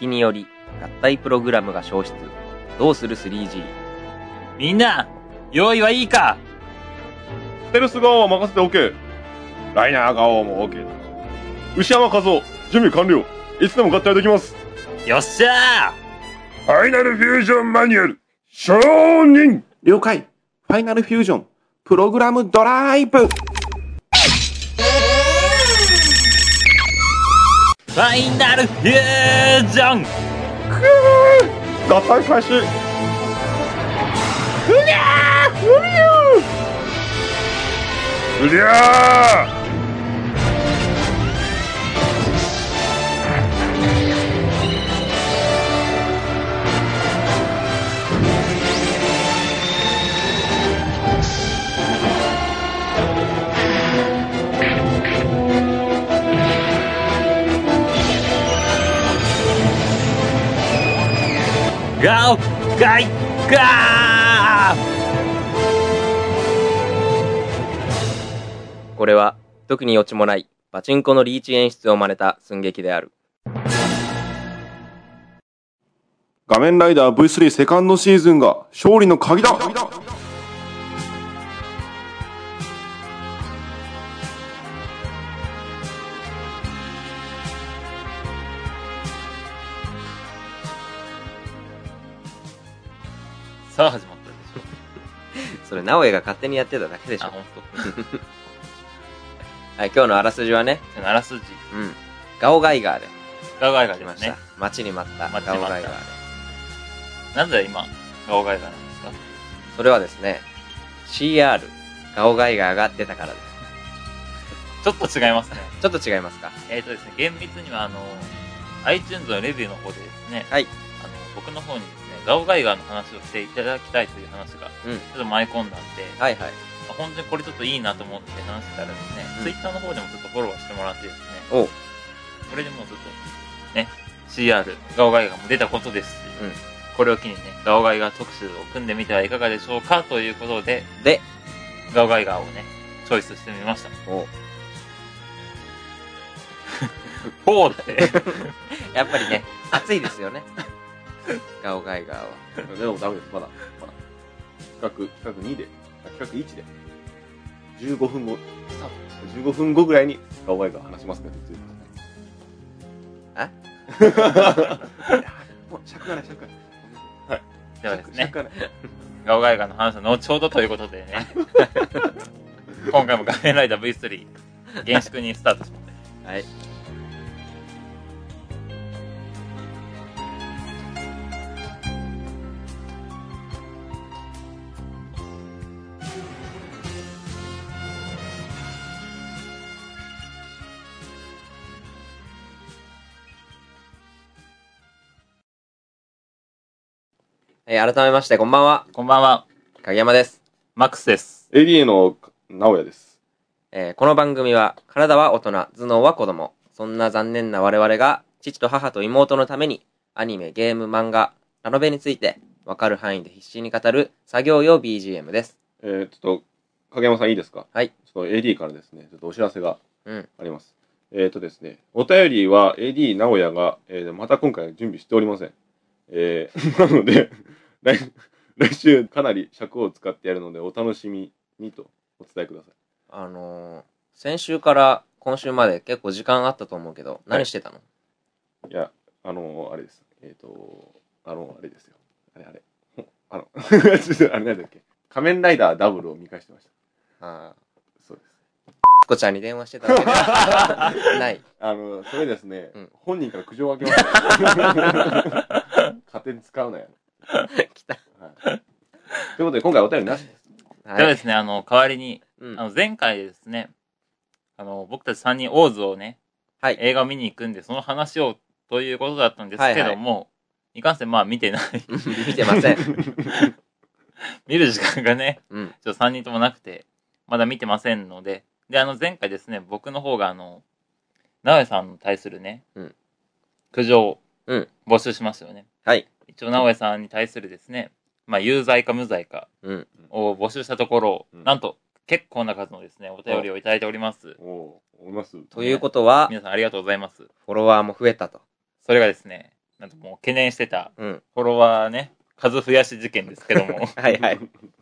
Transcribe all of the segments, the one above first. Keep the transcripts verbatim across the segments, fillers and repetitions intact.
敵により合体プログラムが消失。どうする スリージー。 みんな、用意はいいか？ ステルス側は任せておけ。ライナー側も OK だ。牛山和夫、準備完了。いつでも合体できます。 よっしゃファイナルフュージョンマニュアル、承認。 了解。ファイナルフュージョン、プログラムドライブ。 ー！ファイナルフュージョン！ 合体開始。うりゃーうりゃーうりゃーガオガイガー！ これは特に余地もないパチンコのリーチ演出を真似た寸劇である。 画面ライダー ブイスリー セカンドシーズンが勝利の鍵だ。 さあ始まったでしょ。 それ直江が勝手にやってただけでしょ。 あ、ほんと。 はい、今日のあらすじはね、 あらすじ。 うん、ガオガイガーでガオガイガー来ました。 ですね。 待ちに待った待ちに待ったガオガイガーで。 なぜ今、ガオガイガーなんですか？ それはですね、シーアール ガオガイガーが出たからです。 ちょっと違いますね。 ちょっと違いますか？ えーとですね、厳密にはあの、iTunes のレビューの方でですね、 はい。 あの、僕の方にですね、ガオガイガーの話をしていただきたいという話が、 うん。 ちょっと舞い込んだんで、 はいはい。 まあ本当にこれちょっといいなと思って話してたらですね、 うん Twitter の方でもちょっとフォローしてもらってですね、 おう。 これでもうちょっと、ね、シーアール、ガオガイガーも出たことですし、 うん。 これを機にね、ガオガイガー特集を組んでみてはいかがでしょうかということで、 で、 ガオガイガーをね、チョイスしてみました。 おう。 ほうって。 やっぱりね、熱いですよね。ガオガイガーは。 でもダメです、まだ。まだ。企画、企画にで、あ企画いちで、じゅうごふんご、スタート。じゅうごふんごぐらいに、ガオガイガー話しますねって言ってください。あもう尺がない、尺がない。はい。 ではですね尺、がない。 ガオガイガーの話は後ほどということでね、今回も画面ライダー ブイスリー、厳粛にスタートします。 はい。えー、改めましてこんばんは、 こんばんは、 影山です。 マックスです。 エーディー の直哉です。 えーこの番組は体は大人、頭脳は子供、そんな残念な我々が父と母と妹のためにアニメ、ゲーム、漫画、ラノベについて分かる範囲で必死に語る作業用 ビージーエム です。 えー、ちょっと、影山さんいいですか？ はい。 ちょっと エーディー からですね、ちょっとお知らせがうん。 あります。えっ、ー、とですね、お便りは エーディー 直哉が、えー、また今回準備しておりません。えー、なので来、来週かなり尺を使ってやるのでお楽しみにとお伝えください。 あのー、先週から今週まで結構時間あったと思うけど、何してたの？ いや、あのー、あれです。えっ、ー、と、あの、あれですよ。あれあれ。ほあの、ちょっとあれなんだっけ。仮面ライダーダブルを見返してました。 ああ、 そうです。 スコちゃんに電話してたわけではない。 あの、それですね、 うん本人から苦情を受けました。勝手に使うなよ。 来た。 はい。ということで、今回お便りなしです。 はい。 ではですね、あの、代わりに、 うん。 あの、前回ですね、あの、僕たちさんにんオーズをね、 はい。 映画を見に行くんで、その話をということだったんですけども、はい、いかんせんまあ見てない。 見てません。 見る時間がね、 うん。 ちょっとさんにんともなくて、まだ見てませんので、で、あの、前回ですね、僕の方があの、直江さんに対するね、 うん、 苦情をうん募集しますよね。 はい。 一応直江さんに対するですね、まあ、有罪か無罪かを募集したところ、 うん、 なんと、結構な数のですね、お便りをいただいております。 おお、おります。 ということは、 皆さんありがとうございます。 フォロワーも増えたと。 それがですね、 なんともう懸念してたうん。 フォロワーね、数増やし事件ですけども、 はいはい。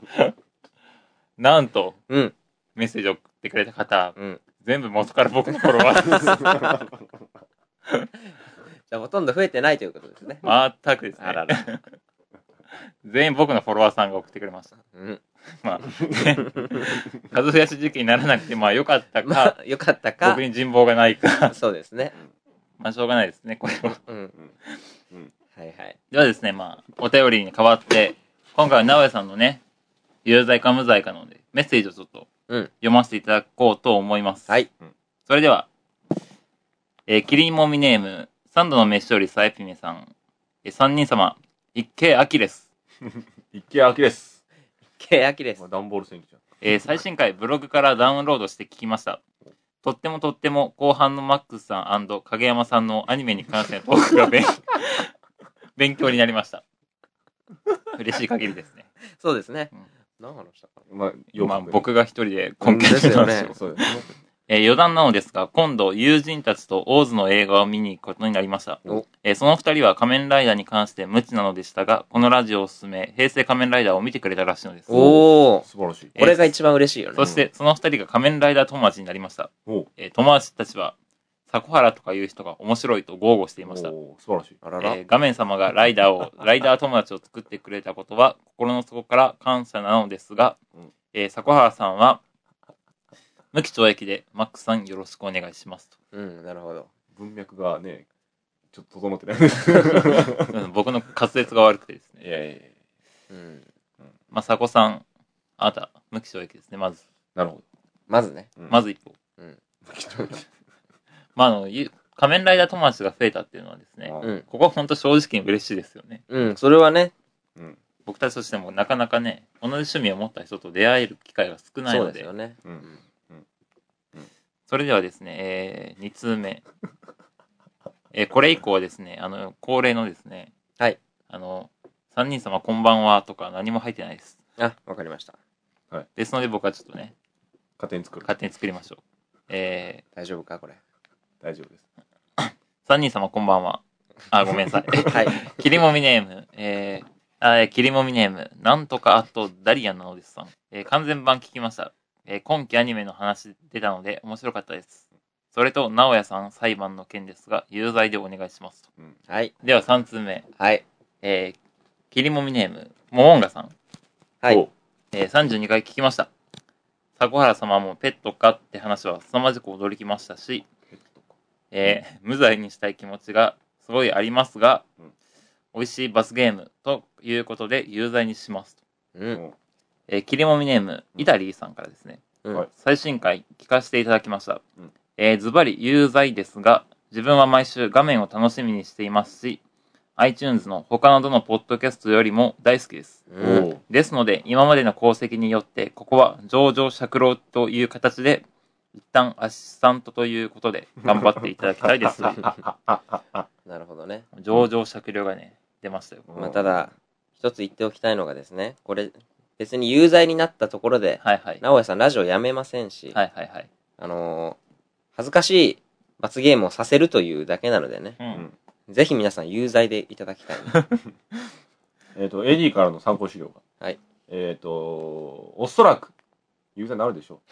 なんとうん。 メッセージを送ってくれた方、 うん。 全部元から僕のフォロワーです。 じゃあほとんど増えてないということですね。 全くですね。 あらら。 全員僕のフォロワーさんが送ってくれました。 うん。 まあ、ね、数増やし事件にならなくて、まあ良かったまか、 あ、よかったか僕。に人望がないか、 そうですね。 まあしょうがないですね、これは。 うん。 うん。 はいはい。 ではですね、まあ、お便りに代わって、今回は直江さんのね、有罪か無罪かので、メッセージをちょっとうん。 読ませていただこうと思います。 はい。 それでは、えー、キリンモミネーム、三度の飯よりさえぴめさん、えー、三人様、一慶アキレス。 一見アキレス。 ケアキです。 ダンボール戦記じゃん。 えー最新回ブログからダウンロードして聞きました。とってもとっても後半のマックスさん&影山さんのアニメに関してのトークが勉勉強になりました。嬉しい限りですね。 そうですねうん。 何話したかまあ、 まあ、 く僕が一人で根拠ですよね話をそうですね。 えー余談なのですが、今度友人たちとオーズの映画を見に行くことになりましたお。 えーその二人は仮面ライダーに関して無知なのでしたが、このラジオを進め、平成仮面ライダーを見てくれたらしいのです。 おー。 素晴らしい。 これが一番嬉しいよね。 そして、その二人が仮面ライダー友達になりました。 おうえー友達たちは、迫原とかいう人が面白いと豪語していました。 おー素晴らしい。 あらら。 えー画面様がライダーを、ライダー友達を作ってくれたことは、心の底から感謝なのですが、 うんえー、迫原さんは、無期懲役で、マックさんよろしくお願いしますと。 うん、なるほど。 文脈がね、ちょっと整ってないです。 うん僕の滑舌が悪くてですね。 いやいやいや。 うん。 まあ、佐古さん、あなた、無期懲役ですね、まず。 なるほまずね。 ど。 まず一歩。 うん。 まあ、あの、ゆ仮面ライダー友達が増えたっていうのはですね、 あうん。 ここは本当正直に嬉しいですよね。 うん、それはね、 うん。 僕たちとしてもなかなかね、同じ趣味を持った人と出会える機会が少ないそうので、 ですよね。 うん。 それではですね、えー、に通目。えー、これ以降はですね、あの、恒例のですね、 はい。 あの、三人様こんばんはとか何も入ってないです。 あ、わかりました。 ですので僕はちょっとね、 勝手に作る。 勝手に作りましょう。え大丈夫かこれ。 大丈夫です。 ー、三人様こんばんは。あ、ごめんなさい。 はい。 切りもみネーム、えー、あえー切りもみネーム、なんとかあとダリアンなのですさん。えー、完全版聞きました。えー今期アニメの話出たので面白かったです。それと、直哉さん裁判の件ですが、有罪でお願いしますと。 うん。 はい。 ではさん通目。 はい。 えー、切りもみネーム、モモンガさん。 はい。 おえー、さんじゅうにかい聞きました。迫原様もペットかって話は凄まじく驚きましたし、 ペットか。 えー、無罪にしたい気持ちがすごいありますが、 うん美味しい罰ゲームということで有罪にしますと。 うん。 えー、切りもみネーム、イタリーさんからですね。 うん。 はい最新回聞かせていただきました。 うんえー、ズバリ有罪ですが、自分は毎週画面を楽しみにしていますし、iTunes の他のどのポッドキャストよりも大好きです。 うん。 おうですので、今までの功績によって、ここは上場借労という形で、一旦アシスタントということで頑張っていただきたいです。 なるほどね。 上場借料がね、出ましたよ。 まあ、ただ、一つ言っておきたいのがですね、これ、別に有罪になったところで、 はいはい。 直江さんラジオやめませんし、 はいはいはい。 あのー恥ずかしい罰ゲームをさせるというだけなのでね、 う。 うんん。 ぜひ皆さん有罪でいただきたいな。 えっと、エーディー からの参考資料が。 はい。 えっと、おそらく、有罪になるでしょ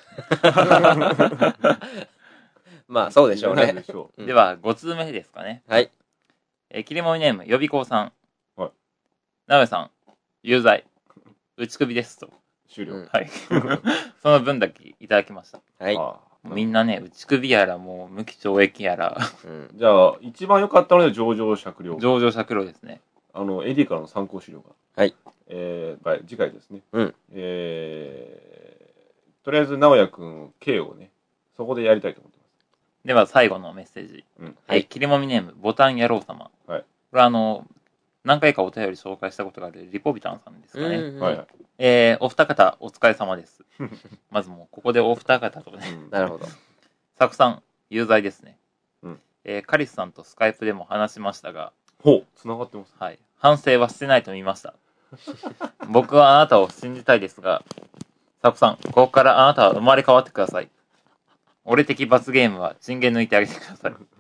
まあ、そうう。 でしょうね有罪になる。でしょうんでは、ご通目ですかね。 はい。 えー、切りもみネーム、予備校さん。 はい。 なべさん、有罪。打ち首ですと。 う。終了。 うんはい。その分だけいただきました。 はい。 ああみんなね、打ち首やら、もう無期懲役やら、 うん。 じゃあ、一番良かったので上場借料。 上場借労ですね。 あの、エーディー からの参考資料が。 はい。 えー、が次回ですね。 うん。 えー、とりあえず、直哉くん、K をね、そこでやりたいと思ってます。 では、最後のメッセージ。 うん。 ははいい。切りもみネーム、ボタン野郎様。 はい。 これはあの、何回かお便り紹介したことがあるリポビタンさんですかね。 うんはいはい。 えー、お二方、お疲れ様です。まずもう、ここでお二方とね、 うんなるほど。 サクさん、有罪ですね。 うんえー、カリスさんとスカイプでも話しましたが、 ほう、繋がってます。 はい。反省はしてないと見ました。僕はあなたを信じたいですが、サクさん、ここからあなたは生まれ変わってください。俺的罰ゲームはチンゲ抜いてあげてください。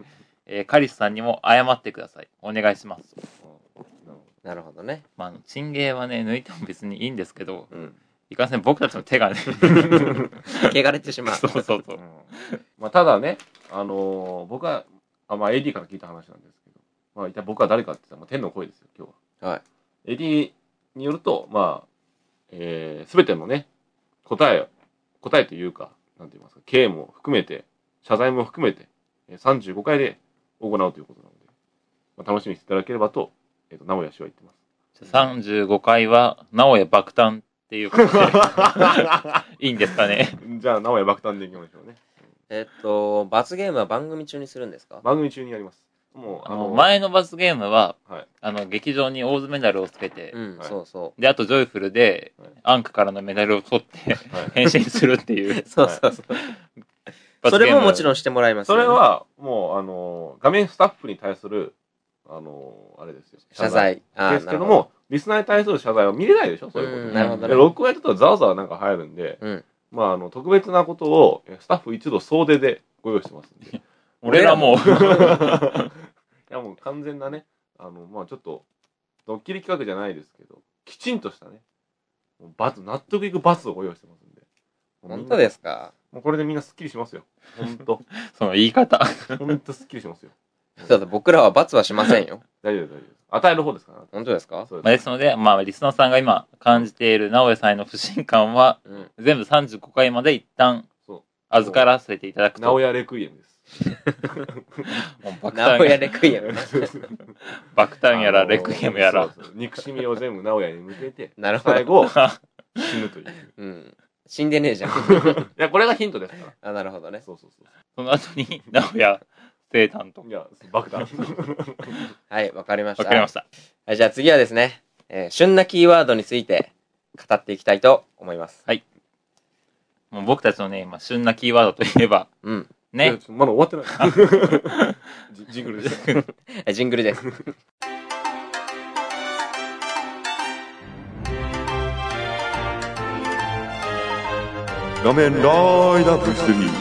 えーカリスさんにも謝ってください。お願いします。 なるほどね。 まあ、あのチンゲーはね、抜いても別にいいんですけど、 うん。 いかんせん僕たちの手がね、 汚れてしまう。 そうそうそう。 まあ、ただね、あのー僕は、あまあ、エーディー から聞いた話なんですけど、まあ、一体僕は誰かって言ったら、まあ、天の声ですよ、今日は。 はい。 エーディー によると、まあ、えー、すべてのね、答えを、答えというか、なんて言いますか、刑も含めて、謝罪も含めて、えーさんじゅうごかいで行うということなので、まあ、楽しみにしていただければと、えっ、と、直哉氏は言ってます。 さんじゅうごかいは、直哉爆誕っていうことで、いいんですかね。 じゃあ、直哉爆誕でいきましょうね。 えっと、罰ゲームは番組中にするんですか？ 番組中にやります。もう、 あの、前の罰ゲームは、 はい。 あの、劇場にオーズメダルをつけて、 うん、 はいそうそで、あとジョイフルではい、 アンクからのメダルを取って、 はい変身するっていうう。。そうそうそう。それももちろんん。 してもらいますそよね、 れは、もう、あの、画面スタッフに対する、あの、あれですよ。 謝罪。あですけども、リスナーに対する謝罪は見れないでしょそういうこと。 うんなるほどねで録画やってたらざわざわなんか入るんで、 うん。 まあ、あの、特別なことを、えスタッフ一同総出でご用意してますんで。い俺らも、 や、もう完全なね、あの、まあちょっと、ドッキリ企画じゃないですけど、きちんとしたね、もう罰、納得いく罰をご用意してますんで。 本当ですか？ もうこれでみんなスッキリしますよ。本当その言い方。 本当スッキリしますよ。 だって僕らは罰はしませんよ。 大丈夫、大丈夫です。与える方ですから。 本当ですか？ そうまあですので、まあ、リスナーさんが今感じている直哉さんへの不信感は、 うん。 全部さんじゅうごかいまで一旦そう預からせていただくと、 直哉レクイエムです。 もう爆名古屋誕レクイエム。 爆誕やらレクイエムやら、 そうそう憎しみを全部直哉に向けて、 なるほど。 最後、死ぬという。 うん。死んでねえじゃん。 いや、これがヒントですから。 あ、なるほどね。 そうそうそう。 その後に直哉生誕と。 いや、爆弾。 はい、わかりました。 わかりました。 はい、じゃあ次はですね、えー旬なキーワードについて語っていきたいと思います。 もう僕たちのね、今、旬なキーワードといえば、 うん。 いやね、 まだ終わってない。ジジングルです。 はいジングルです。 画面ライトアップしてみる。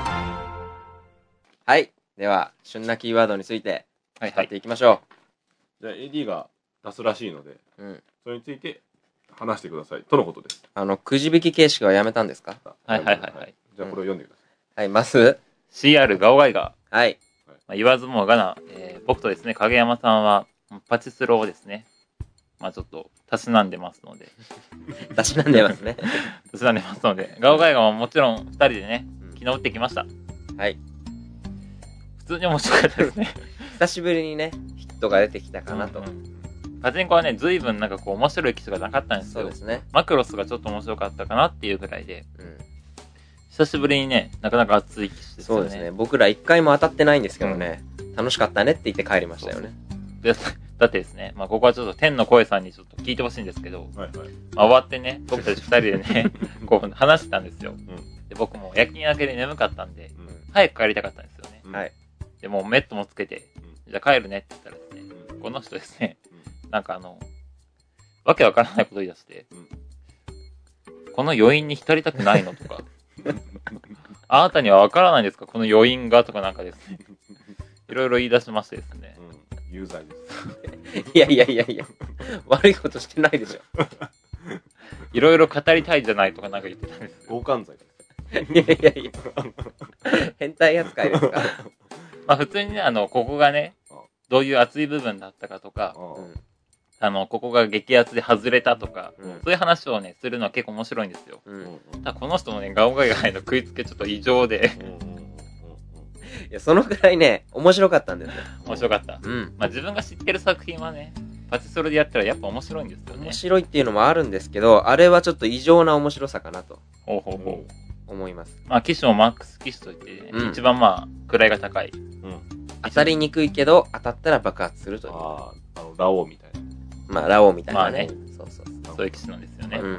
はい。では、旬なキーワードについてはいはい。 語っていきましょじゃあ エーディー が出すらしいので、 う。うん。 それについて話してください。とのことです。 あの、くじ引き形式はやめたんですか？ はいはいはいはい。 じゃあこれを読んでくださはい、まず、 シーアール ガオガイガー。 はい。 まあ、言わずもがな、えー僕とですね、影山さんは、パチスロをですね、まあちょっと、たしなんでますので、 たしなんでますね。 たしなんでますので、ガオガイガーももちろん二人でね、 うん昨日打ってきました。 はい。 普通に面白かったですね。 久しぶりにね、ヒットが出てきたかなと。 うんうんパチンコはね、随分なんかこう面白い機種がなかったんですよ。 そうですね。 マクロスがちょっと面白かったかなっていうぐらいで、 うん。 久しぶりにね、なかなか熱い機種ですよね。 そうですね。僕ら一回も当たってないんですけどね、楽しかったねって言って帰りましたよね。 でだってですね、まあここはちょっと天の声さんにちょっと聞いてほしいんですけど、 い。はいはい。 まあ、終わってね、僕たち二人でね、こう話してたんですよ。 んで僕も夜勤明けで眠かったんで、 うん早く帰りたかったんですよね。 うんはい。 で、もうメットもつけて、じゃあ帰るねって言ったらですね、この人ですね、なんかあの、わけわからないこと言い出して、この余韻に浸りたくないのとか、あなたにはわからないんですかこの余韻がとかなんかですね、いろいろ言い出しましてですね、 うん。有罪です。 いやいやいやいや、悪いことしてないでしょ。 いろいろ語りたいじゃないとかなんか言ってたんですよ。 強姦罪です。 いやいやいや。変態扱いですか？ まあ普通にね、あの、ここがね、どういう熱い部分だったかとか、 あうん。 あの、ここが激アツで外れたとか、 うんそういう話をね、するのは結構面白いんですよ。 うん。いただこの人のね、ガオガイガイの食いつけちょっと異常で、 や、そのくらいね、面白かったんですよ。 面白かった。 うん。 まあ自分が知ってる作品はね、パチスロでやったらやっぱ面白いんですよね面。白いっていうのもあるんですけど、あれはちょっと異常な面白さかなとほうほうほう。 思います。 まあ機種もマックス機種といってね、 うん一番まあ、位が高い。 当たりにくいけど、当たったら爆発するという。 ああ、あの、ラオウみたいな。 まあ、ラオウみたいなね。 まあねそうそうそそういう機種なんですよね。 う。うん。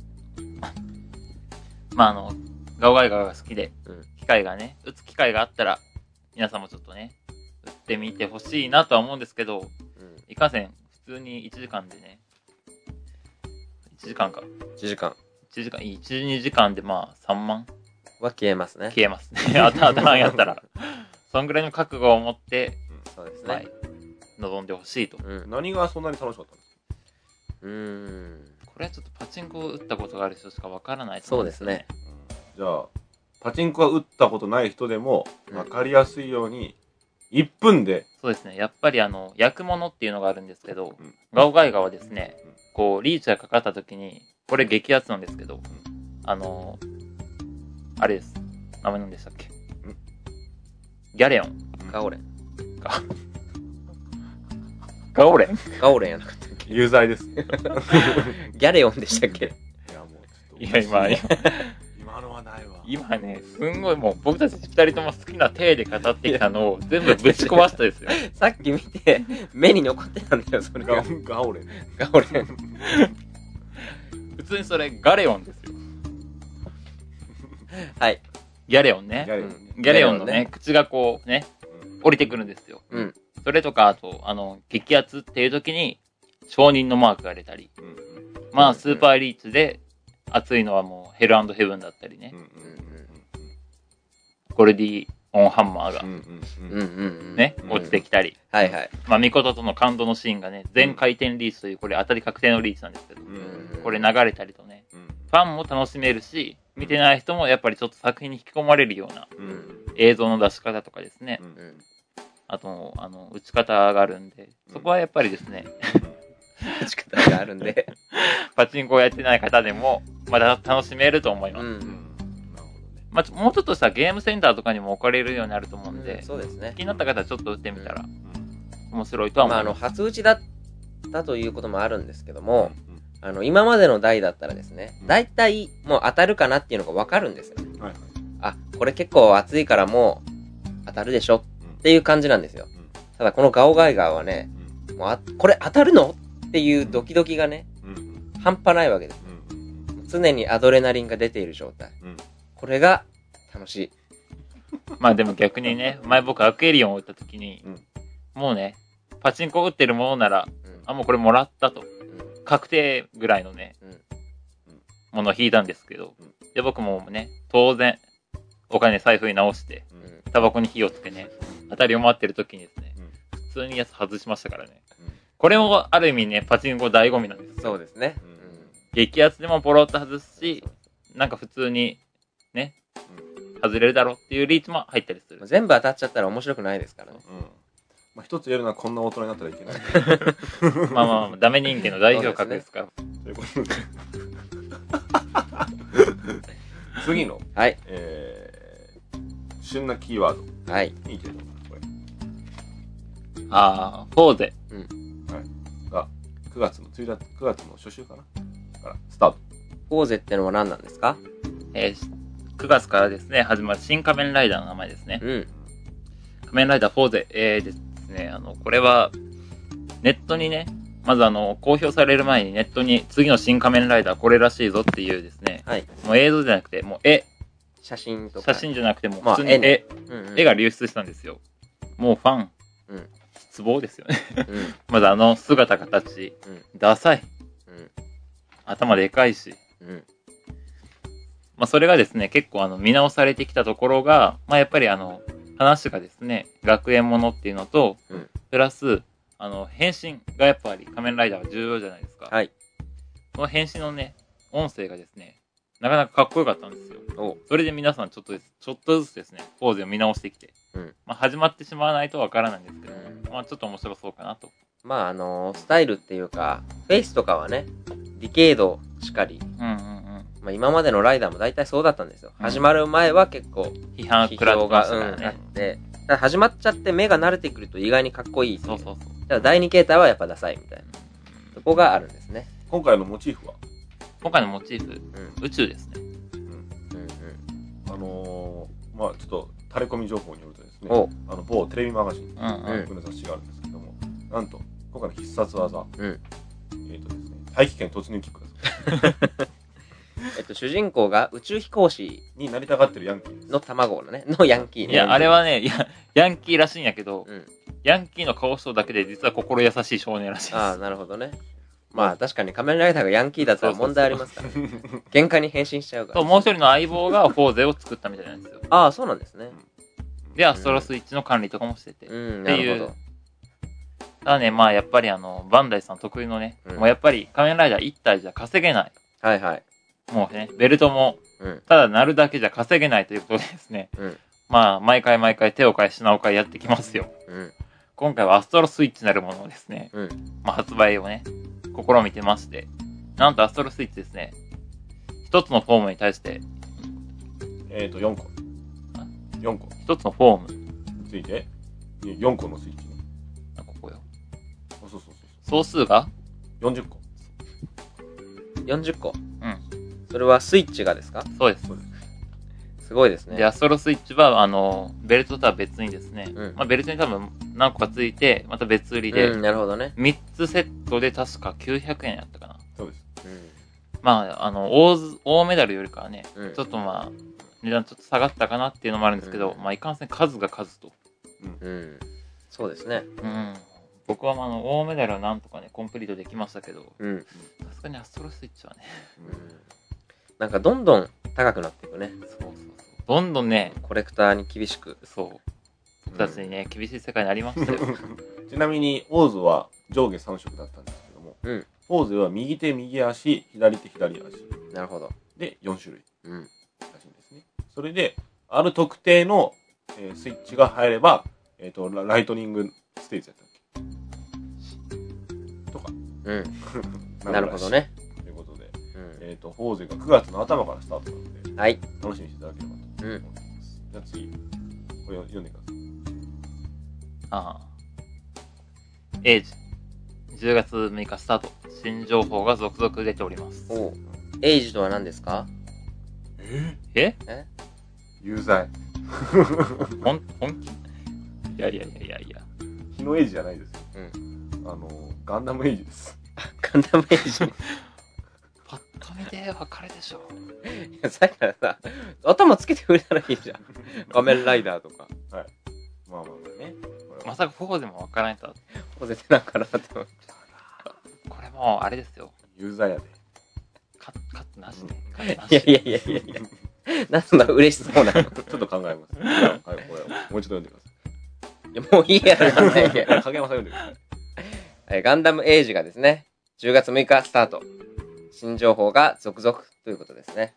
まああの、ガオガイガーが好きで、 うん機会がね、打つ機会があったら、皆さんもちょっとね、打ってみてほしいなとは思うんですけど、 うん。 いかんせん、普通にいちじかんでね、いちじかんか。 いちじかんいちじかん、いち、にじかんでまあさんまんは消えますね。 消えますね。当た当たらんやったら。 そんぐらいの覚悟を持って、 そうですはいね。、 臨んでほしいと。 うん。 何がそんなに楽しかったんですか？ うーん。 これはちょっとパチンコを打ったことがある人しかわからないと思うんですよね。 じゃあ、パチンコは打ったことない人でも、 うんわかりやすいように、いっぷんで、 そうですね。やっぱりあの、焼くものっていうのがあるんですけど、 うんガオガイガはですねうん、 こう、リーチがかかった時に、これ激アツなんですけど、あの、あれです。名前何でしたっけ？ギャレオン。 ガオレン。 ガオレンガオレンやなかったっけ？ 有罪です。いギャレオンでしたっけ？ や、もうちょっと。 いや、今、今今のはないわ。 今ね、すんごいもう僕たち二人とも好きな体で語ってきたのを全部ぶち壊したですよ。 さっき見て、目に残ってたんだよ、それガが。 ガオレン。 ガオレン。 普通にそれガレオンですよ。 はい。 ギャレオンねギ。ャレン。 ギャレオンのギャレオンね、口がこうね、降りてくるんですよ。 うん。 それとか、あと、あの、激アツっていう時に、承認のマークが出たり、 うん。 まあ、スーパーリーチで、熱いのはもうヘル&ヘブンだったりねう、ん。 ゴルディオンハンマーがうん。うん。 うんうんうん。 ね、 うん落ちてきたり、 はいはい。 まあ、ミコトとの感動のシーンがね、全回転リーチという、これ当たり確定のリーチなんですけど、 うん。 これ流れたりとね、ファンも楽しめるし、見てない人もやっぱりちょっと作品に引き込まれるようなうん。 映像の出し方とかですね、 うん。 うん。 あと、あの、打ち方があるんで、そこはやっぱりですね、 打ち方があるんで。 パチンコをやってない方でも、まだ楽しめると思います。 うん。 なるほどね。 まあ、もうちょっとしたゲームセンターとかにも置かれるようになると思うんで、 そうですね気。になった方はちょっと打ってみたら面白いとは思まあ、あの、 います。 初打ちだったということもあるんですけども、あの、今までの台だったらですね、大体もう当たるかなっていうのがわかるんですよ。 はいはい。 あ、これ結構熱いからもう当たるでしょっていう感じなんですよ。ただこのガオガイガーはね、もうあ、これ当たるのっていうドキドキがね、半端ないわけです。常にアドレナリンが出ている状態。これが楽しい。 まあでも逆にね、前僕アクエリオンを打った時に、 うんもうね、パチンコ打ってるものなら、 うんあ、もうこれもらったと。 うん確定ぐらいのね、 うんものを引いたんですけどうん、 で、僕もね、当然、お金財布に直して、 うんタバコに火をつけね、当たりを待ってる時にですね、 うん普通にやつ外しましたからね。これもある意味ね、パチンコ醍醐味なんですよ。 そうですね。 激アツでもポロッと外すし、なんか普通に、ね、外れるだろうっていうリーチも入ったりする。 全部当たっちゃったら面白くないですからね。 まあ、一つ言えるのはこんな大人になったらいけない。 まあまあまあ、ダメ人間の代表格ですから。 ということで。次の、 はい。 えー、旬なキーワードはい。 にいきたいと思います。これあー、フォーゼ。 がくがつのついたくがつの初週かなからスタート。 フォーゼってのは何なんですか？ えー、くがつからですね、始まる新仮面ライダーの名前ですね。 うん。 仮面ライダーフォーゼ。えーですね、あの、これは、ネットにね、まずあの、公表される前にネットに次の新仮面ライダーこれらしいぞっていうですね、 はい。 もう映像じゃなくて、もう絵、 写真とか。 写真じゃなくてもうまあ普通に絵、 絵ねうんうん、 絵が流出したんですよ。もうファン、 うん失望ですよね。 うん。 まずあの姿形、 うんダサい、 うん。 頭でかいし、 うん。 まあそれがですね、結構あの見直されてきたところが、まあやっぱりあの、話がですね、学園ものっていうのと、 うんプラス、あの、変身がやっぱり仮面ライダーは重要じゃないですか。 はい。 その変身のね、音声がですね、なかなかかっこよかったんですよ。 おそれで皆さんちょっとです、ちょっとずつですね、ポーズを見直してきて、 うんまあ始まってしまわないとわからないんですけども、 うんまあちょっと面白そうかなと。 まあ、あのースタイルっていうか、フェイスとかはね、ディケードしかり、 うんうんうん。 まあ今までのライダーも大体そうだったんですよ。 うん始まる前は結構、 批判批食らってま評が、うん、あしたからねっ。て、ただ始まっちゃって目が慣れてくると意外にかっこいいっていそうそうそう。 ただ第二形態はやっぱダサいみたいなとこがあるんですね。 今回のモチーフは、 今回のモチーフ、 うん。 宇宙ですね。 うんあのー、まあちょっと垂れ込み情報によるとですね、 おあの某テレビマガジン、 うんうん。 うん僕の雑誌があるんですけども、なんと、今回の必殺技、 うん。うん。 えっ、とですね、大気圏突入キックだそうえっと、主人公が宇宙飛行士になりたがってるヤンキーです。 の卵のね、のヤンキーね。 いや、あれはね、いや、ヤンキーらしいんやけど、 うん。 ヤンキーの顔しとだけで実は心優しい少年らしいです。 ああ、なるほどね。まあ確かに仮面ライダーがヤンキーだったら問題ありますからね。喧嘩に変身しちゃうから。 そう、もう一人の相棒がフォーゼを作ったみたいなんですよ。 ああ、そうなんですね。 で、アストロスイッチの管理とかもしてて。 うん、 っていうなるほど。 ただね、まあやっぱりあの、バンダイさん得意のね、 うんもうやっぱり仮面ライダーいち体じゃ稼げない。 はいはい。 もうね、ベルトも、 うん。 ただ鳴るだけじゃ稼げないということでですね。 うん。 まあ、毎回毎回手を変え品を変えやってきますよ。 うん。 今回はアストロスイッチなるものをですね、 うん。 まあ発売をね、試みてまして。なんとアストロスイッチですね、一つのフォームに対して、 えっと、よんこ。よんこ。 一つのフォーム。 ついて、よんこのスイッチね。 あ、ここよ。 あそうそうそう総数がそう。よんじゅっこ。 よんじゅっこ。 うん。 それはスイッチがですか？ そうです。 そうです。 すごいですね。 で、アストロスイッチは、あの、ベルトとは別にですね、 うんまあベルトに多分何個かついて、また別売りで、 うん、なるほどね。 みっつセットで確かきゅうひゃくえんやったかな。 そうです。 うん。 まあ、あの、大ず、大メダルよりかはね、 うんちょっとまあ、値段ちょっと下がったかなっていうのもあるんですけど、 うんまあ、いかんせん数が数と。 うん。そうですね。 うん。僕はまあ、あの、大メダルはなんとかね、コンプリートできましたけど、 うん。 さすがにアストロスイッチはね、 うん。なんかどんどん高くなっていくね。 そうそうそう。どんどんね、 コレクターに厳しく。 そう。僕たちにね、厳しい世界になりましたよ。 ちなみに、オーズは上下さん色だったんですけども、 うん。 オーズは右手右足、左手左足なるほど。 でよん種類うん。 らしいんですね。それで、ある特定の、えースイッチが入れば、えっ、とラ、ライトニングステージやったっけとか。 うん。なるほどね。 ということで、 うん。 えっ、と、フォーゼがくがつの頭からスタートなので、 はい。 楽しみにしていただければと思います。じゃあ次、これを読んでください。 ああ。エイジ。じゅうがつむいかスタート。新情報が続々出ております。 おう。エイジとは何ですか？ えええ有罪。 ほん、本気いやいやいやいやいや。 日のエイジじゃないですよ。 うん。 あの、ガンダムエイジです。 ガンダムエイジ。 パッと見でわかるでしょ。 いや、さっきからさ、頭つけてくれたらいいじゃん。仮面ライダーとか。 はい。まあまあまあね。 まさかフォーでもわからないとは。 ポゼてなんかなって思って。 これもう、あれですよ。 有罪やで。 カット、カットなしで。カットなしいやいやいやいやいや。なんそんな嬉しそうなの。いちょっと考えます。はい、これ、もう一度読んでくだや、もういいやろ、いやいさい。 や影山さん読んでください。 はいガンダムエイジがですね、じゅうがつむいかスタート。新情報が続々ということですね。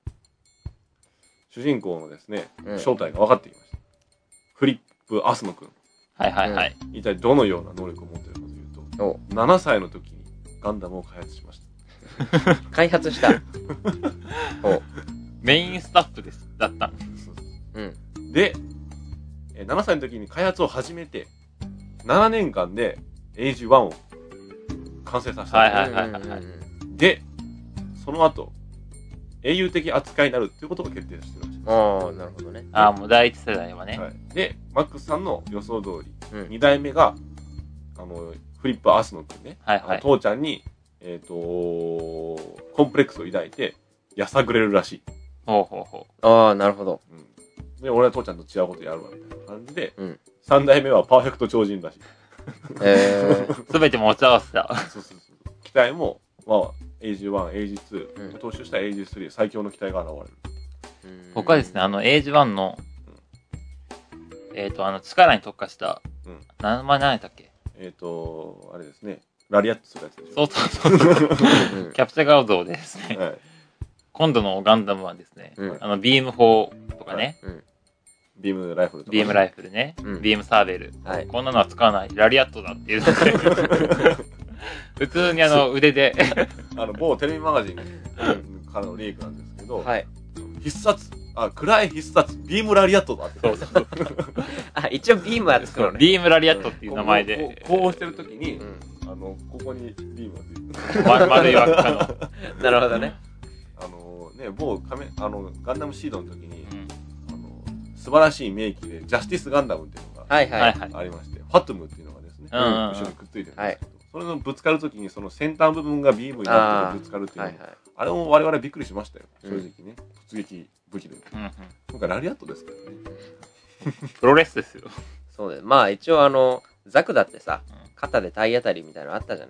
主人公のですね、 うん正体が分かってきました。フリップ・アスノ君。 はいはいはい。 一体どのような能力を持っているかというと、 おななさいの時にガンダムを開発しました。 開発した。おメインスタッフです。だったんです。 うん。 で、えーななさいの時に開発を始めて、ななねんかんでエイジワンを完成させたんです。 はいはいはいはいで、その後、英雄的扱いになるっていうことが決定してるらしいです。 ああ、なるほどね。 ああ、もう第一世代はね。 はい、で、マックスさんの予想通り、 うん。 にだいめが、あの、フリップ・アスノ君ね、 はいはいあの父ちゃんに、えっ、とコンプレックスを抱いて、やさぐれるらしい。 ほうほうほああ、なるほど。 うん。で、俺は父ちゃんと違うことやるわ、みたいな感じで、 うんさんだいめはパーフェクト超人らしい。 えー。 う。すべて持ち合わせた。 そうそうそう。機体も、まあ、エイジワン、エイジツー、 うん踏襲したエイジスリー、最強の機体が現れる。 うん僕はですね、あの、エイジワンの、えっと、あの、力に特化した、 うん名前何やったっけ？ えっ、とあれですね、ラリアットするやつでしょ。 そうそうそうそう。 うんキャプチャー画像でですね、 はい。 今度のガンダムはですね、 うんあの、ビーム砲とかね、 うん。 ビームライフルとか。 ビームライフルね、 うんビームサーベル、 はい。 こんなのは使わない、ラリアットだっていうので、普通にあの、腕で、 あの、某テレビマガジンからのリークなんですけど、 はい。 必殺、あ、暗い必殺、ビームラリアットだって。 そうそうあ、一応ビームはつくのね。 ビームラリアットっていう名前こでう、こうこうしてるときに、 うん。 あの、ここにビームがついてる。 ま丸い輪っかの、 なるほどね。 あのね、某仮面、あの、ガンダムシードの時に、 うんあの、素晴らしい名機で、ジャスティスガンダムっていうのがはいははいい。はい。 ありまして、ファトムっていうのがですね、 うんうんうん後ろにくっついてるんですけど、それのぶつかるときに、その先端部分がビームになってぶつかるっていうのも、 はいはい。 あれも我々びっくりしましたよ。 うん正直ね。突撃武器で。 うんうん今回ラリアットですけどね。 プロレスですよ。 そうだよ。まあ一応あの、ザクだってさうん、 肩で体当たりみたいなのあったじゃない。 あ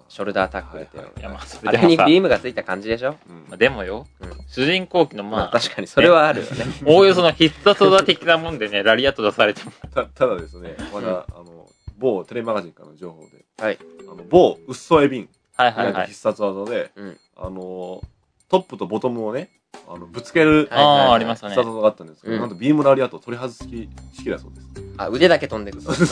ショルダータックルっていうの、 いやまあそあれでもされにビームがついた感じでしょ。 うんまあでもよ、 うん主人公機のまあ、 まあ確かにそれはあるよね。 おおよその必殺技的なもんでね、ラリアット出されても。 たただですね、まだ、あの、某テレマガジンからの情報で、 はい。 あの、某ウッソエビン、 はいはいはい。 必殺技で、 うんあの、トップとボトムをね、あの、ぶつけるはいはいはいああ、ありましたね必殺。技があったんですけど、 うんなんとビームラリアットを取り外す式だそうです。 あ、腕だけ飛んでくる。 もう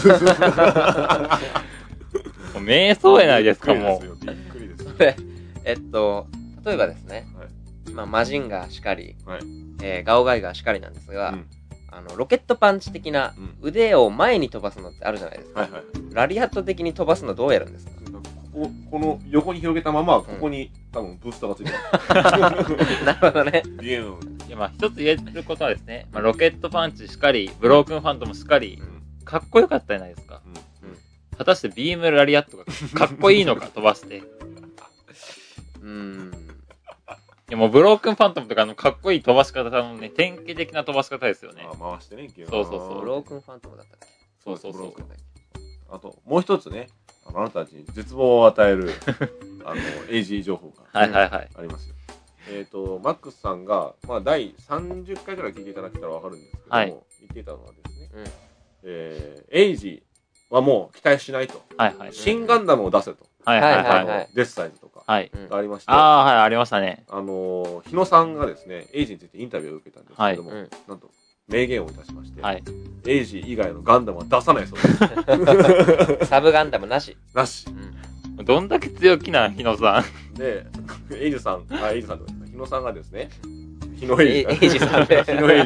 瞑想やないですか、もう。 びっくりですよ。びっくりです。 で、えっと、例えばですね、 はいまあ、マジンガーしかり、 はいえーガオガイガーしかりなんですが、 うんあの、ロケットパンチ的なうん腕を前に飛ばすのってあるじゃないですか。 はいはい。 ラリアット的に飛ばすのどうやるんですか？ ここ、この横に広げたまま、ここに、多分ブースターがついてる。 なるほどね。 ビエン。 いやまあ一つ言えることはですね、まあ、ロケットパンチしかり、ブロークンファントもしかり、かっこよかったじゃないですか。果たしてビームラリアットがかっこいいのか飛ばして。いうーん。 やもうブロークンファントムとかのかっこいい飛ばし方のね、典型的な飛ばし方ですよね。 あ回してね、 そうそうそうブロークンファントムだったっけ？ そうそうそうブロークンあと、もう一つね、あのあなたたちに絶望を与える、あの、エイジー 情報がはいはいはい。 ありますよ。えっ、と、マックスさんが、まあ、だいさんじゅっかいくらい聞いていただけたらわかるんですけども、 はい言っていたのはですね、 うん。 えー、エイジはもう期待しないと。 はいはい。 新ガンダムを出せと。 はいはいはいはい。 あのデスサイズとかはい。 うんがありまして、 ああ、はい、ありましたね。 あのー日野さんがですね、エイジについてインタビューを受けたんですけども、 はいうんなんと、明言をいたしまして、 はい。 エイジ以外のガンダムは出さないそうです。 サブガンダムなし。 なし。 うん。 どんだけ強気な、日野さん。 で、エイジさん、あ、エイジさんとかですね、日野さんがですね、日野エイジ。 エイジさんね日野エイジ。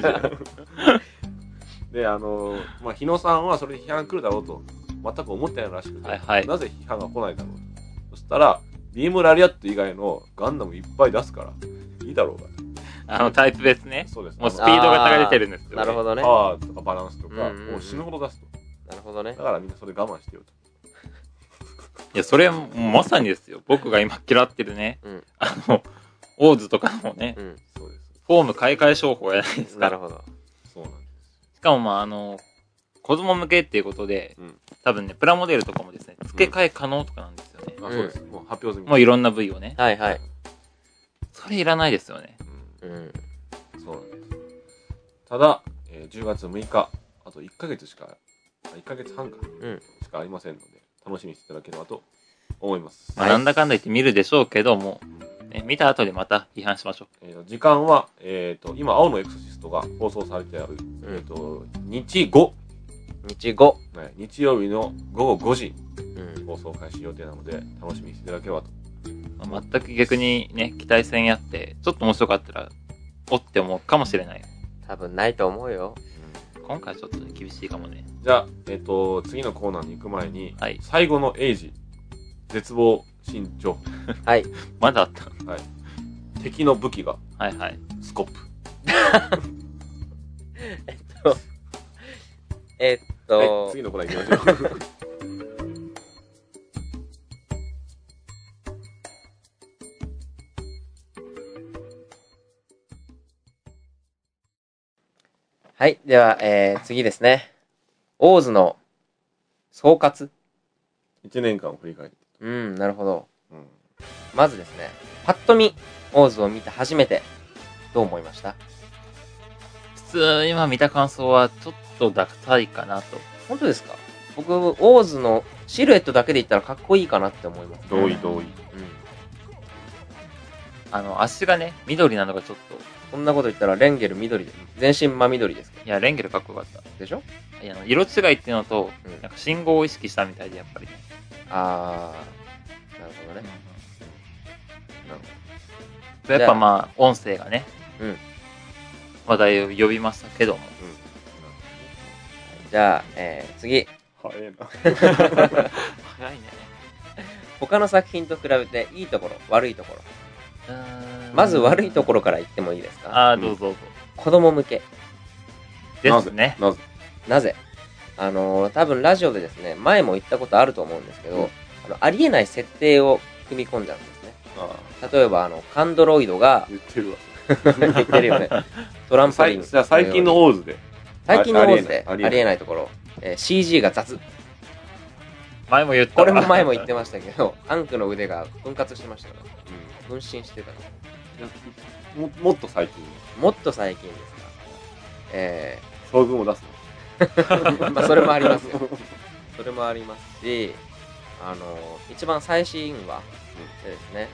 で、あのーまあ、日野さんはそれで批判来るだろうと、全く思ってないらしくて、 はいはいなぜ批判が来ないだろうと。そしたら、ビームラリアット以外のガンダムいっぱい出すから、いいだろうが。 あの、タイプ別ね。 そうです。 もうスピード型が出てるんですよ。 なるほどね。 パワーとかバランスとか、 うんうんうんもう死ぬほど出すと。 なるほどねだ。からみんなそれ我慢してよと。 いや、それ、もうまさにですよ。僕が今嫌ってるね。 うん。 あの、オーズとかもね、 うん。 そうです。 フォーム買い替え商法やないですか。 なるほど。 そうなんです。 しかもまあ、あの、子供向けっていうことで、 うん多分ね、プラモデルとかもですね、付け替え可能とかなんですよね。 あ、そうです。もう発表済み。 もういろんな部位をね。 はいはい。 それいらないですよね。 うんうん。 そうなんです。ただ、えーじゅうがつむいか、あといっかげつしか、あいっかげつはんか、 うんしかありませんので、楽しみにしていただければと思います。 まあ、なんだかんだ言って見るでしょうけども、ね、見た後でまた批判しましょえーと時間は、えっ、と、今、青のエクソシストが放送されてある、えっ、と、日ご、 日後。 ね、日曜日のごごごじうん。 放送開始予定なので、楽しみにしていただければと。 う。まあ、全く逆にね、期待戦やって、ちょっと面白かったら、おって思うかもしれない。 多分ないと思うよ。 今回ちょっとね、厳しいかもね。 じゃあ、えっ、と、次のコーナーに行く前に、 はい最後のエイジ、絶望新情報。 はい。 まだあった。 敵の武器がはいはい。 スコップ。 えっと、 はい、次のコーナー行きましょう。 はい。では、えー、次ですね。オーズの総括。 一年間を振り返って。 うん、なるほど。 うん。 まずですね、パッと見、オーズを見て初めて、どう思いました？ 普通、今見た感想は、ちょっとダサいかなと。 本当ですか？僕、オーズのシルエットだけで言ったらかっこいいかなって思います。 同意同意。 うん。 あの、足がね、緑なのがちょっと、 こんなこと言ったらレンゲル緑で、全身真緑ですけいや、レンゲルかっこよかった。 ど。でしょ？ いや、あの色違いっていうのと、 うんなんか信号を意識したみたいで、やっぱりね。 あー、なるほどね。 なるほやっぱまあ、音声がね、 うん話題を呼びましたけども。 ど。 じゃあ、えー、次。 うん。早いな。 早いね。 他の作品と比べていいところ、悪いところ。 うーんまず悪いところから言ってもいいですか？ ああ、どうぞどうぞ。 子供向け。 ですね。 なぜなぜ？あのー、多分ラジオでですね、前も言ったことあると思うんですけど、 うんあのありえない設定を組み込んじゃうんですね。 ああ、 例えば、あの、カンドロイドが、 言ってるわ。 言ってるよね。トランポリン。 じゃあ最近のオーズで。 最近のオーズでありえありえないないところ、えー シージー が雑。 前も言ったこわれも前も言ってましたけど、アンクの腕が分割してましたから。分身してた。 ももっと最近もっと最近ですか。え遭遇を出すー、まあそれもありますよ。それもありますし、あの、一番最新話でですね、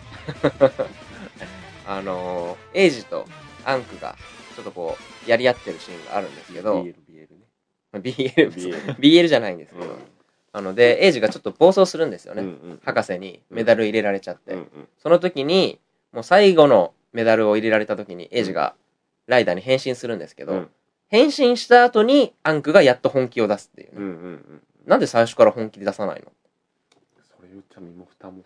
あの、エイジとアンクがちょっとこう、やり合ってるシーンがあるんですけど、 ビーエル、ビーエルね。 ビーエル、 ビーエルビーエル じゃないんですけど、 うんあので、エイジがちょっと暴走するんですよね。 うんうん博士にメダル入れられちゃって。 うんうんその時に、もう最後のメダルを入れられた時に、エイジがライダーに変身するんですけど、 うん変身した後にアンクがやっと本気を出すっていうね、 うんうんうんなんで最初から本気で出さないの？ それ言っちゃ身も蓋も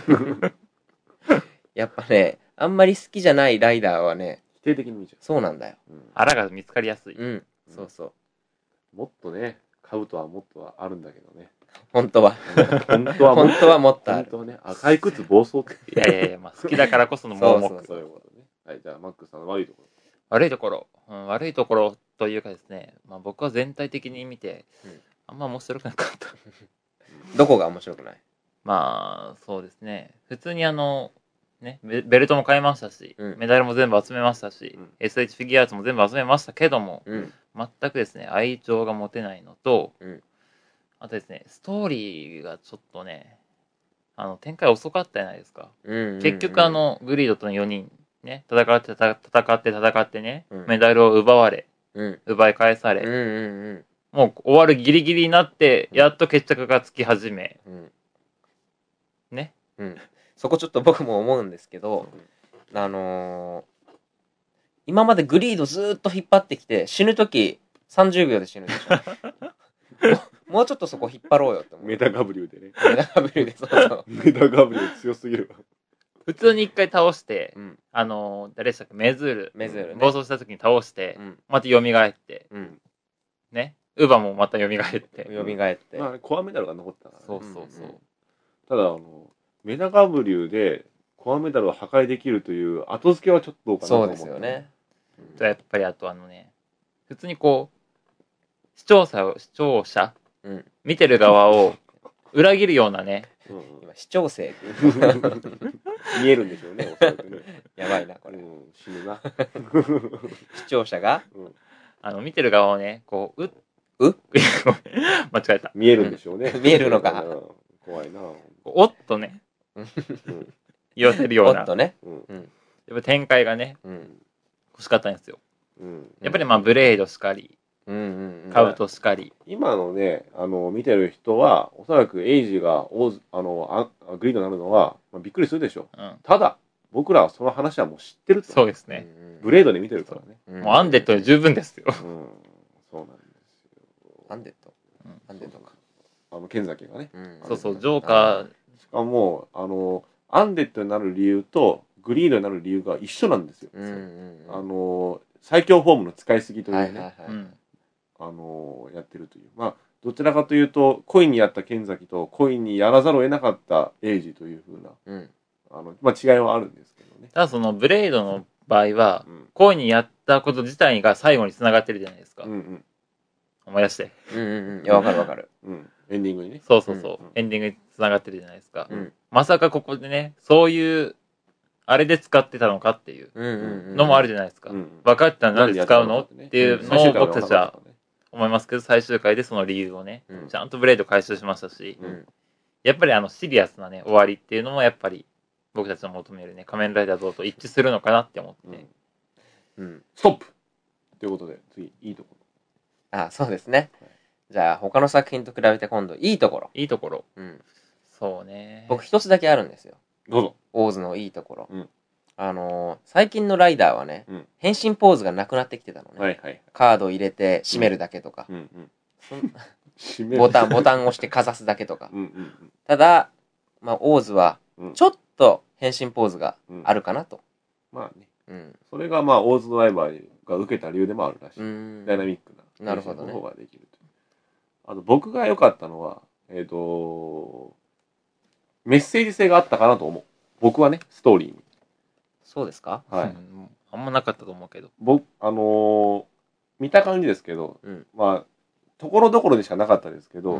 やっぱね、あんまり好きじゃないライダーはね、 否定的に見ちゃそうなんだよ。 う、うん腹が見つかりやすい。 うん、そうそう。 もっとねカブトはもっとはあるんだけどね本当は。 本当はもっ本当はもっとある。 本当はね赤い靴暴走っていやいやいや、まあ好きだからこその盲目。 そうそういうことねはいじゃあマックスさんの悪いとこ悪いところ、うん、悪いところというかですね、まあ、僕は全体的に見て、 うんあんま面白くなかった。 どこが面白くない？ まあ、そうですね。普通にあの、ね、ベベルトも買いましたし、 うんメダルも全部集めましたし、 うんエスエイチ フィギュアーツも全部集めましたけども、 うん。 全くですね、愛情が持てないのと、 うんあとですね、ストーリーがちょっとね、あの、展開遅かったじゃないですか。 うんうんうん結局あ、の、グリードとのよにん、ね、戦って戦って戦ってね、 うんメダルを奪われ、 うん。 奪い返され、 うんうんもう終わるギリギリになって、やっと決着がつき始め、 うん。うん。 ね。 うん。そこちょっと僕も思うんですけど、あのー、今までグリードずーっと引っ張ってきて、死ぬときさんじゅうびょうで死ぬでしょ。もうもうちょっとそこ引っ張ろうよって思う。 メダガブリューでねメダブリューで、そうそう。 メダガブリュー強すぎるわ普通に一回倒して、 うん。 あのー、誰でしたっけ、メズール。 メズールね。 暴走した時に倒して、 うん。 また蘇って、 うん。 ね。ウバもまた蘇って。 蘇って。 まあコアメダルが残ってたからねそうそうそう。 うんうんただあのメダガブリューでコアメダルを破壊できるという後付けはちょっとどうかなとそう思ってですよね。 やっぱりあとあのね、普通にこう、視聴者を、視聴者うん。 見てる側を裏切るようなね、 うんうん今、視聴生っていう。 見えるんでしょうねおそらくねやばいな、これ。 うん死ぬな視聴者が、 うんあの、見てる側をね、こう、う、 う間違えた。 見えるんでしょうね見えるのかうん怖いなおっとね、 うん言わせるような、 おっとね。 うんうん。 やっぱ展開がね、 うん。 欲しかったんですよ。 うんやっぱりまあ、ブレードしかり、 うんうんうん。 カブトしかり、 今のねあの見てる人はおそらくエイジがオーズあのあグリードになるのは、まあ、びっくりするでしょううん。 ただ僕らはその話はもう知ってるとそうですね。 ブレードで見てるからねうん。 もうアンデッドで十分ですよ。 うんそうなんですよアンデッドうんアンデッドか。 あの剣崎がねうんそうそう、ジョーカしかもあのアンデッドになる理由とグリードになる理由が一緒なんですよ、 うんうんうん。 あの最強フォームの使いすぎというね、 はいはいはい。 ー、うん。 あのやってるというまあどちらかというと恋にやった剣崎と恋にやらざるを得なかったエイジというふうなうん。 あの、まあ、違いはあるんですけどね、 ただそのブレードの場合はう、ん恋にやったこと自体が最後に繋がってるじゃないですかうん。うん思い出して。 うんうんうん。いや、わかるわかる。 うん、エンディングにねそうそうそう。 うんエンディングに繋がってるじゃないですか。 うん。 まさかここでね、そういう、あれで使ってたのかっていううんうんうん。 のもあるじゃないですか。 うん分かってたらなんで使うのっなんでやていうのを僕たちは思いますけど、最終回でその理由をね、 うんちゃんとブレード回収しましたし、 うん。 やっぱりあのシリアスなね、終わりっていうのもやっぱり僕たちの求めるね、仮面ライダー像と一致するのかなって思って。 うんうん、ストップということで次いいとこあ、そうですね。じゃあ、他の作品と比べて今度、いいところ。 いいところ。 うん。 そうね。 僕一つだけあるんですよ。 ろどうぞオーズのいいところ。 うんあのー、最近のライダーはね、 うん変身ポーズがなくなってきてたのね。 はいはいカード入れて閉めるだけとか、 うんうんそん閉めるボタン、ボタンを押してかざすだけとか。 うんうんただ、まあ、オーズはうん、 ちょっと変身ポーズがあるかなと。 まあねうん。 それがまあオーズドライバーが受けた理由でもあるらしい、 うーん。 ダイナミックななるほどね方ができるというあと僕が良かったのはえっ、とメッセージ性があったかなと思う僕はねストーリーにそうですか？ はい、 うんあんまなかったと思うけど。 僕あのー見た感じですけど、 うん。 まあところどころでしかなかったですけど、 うん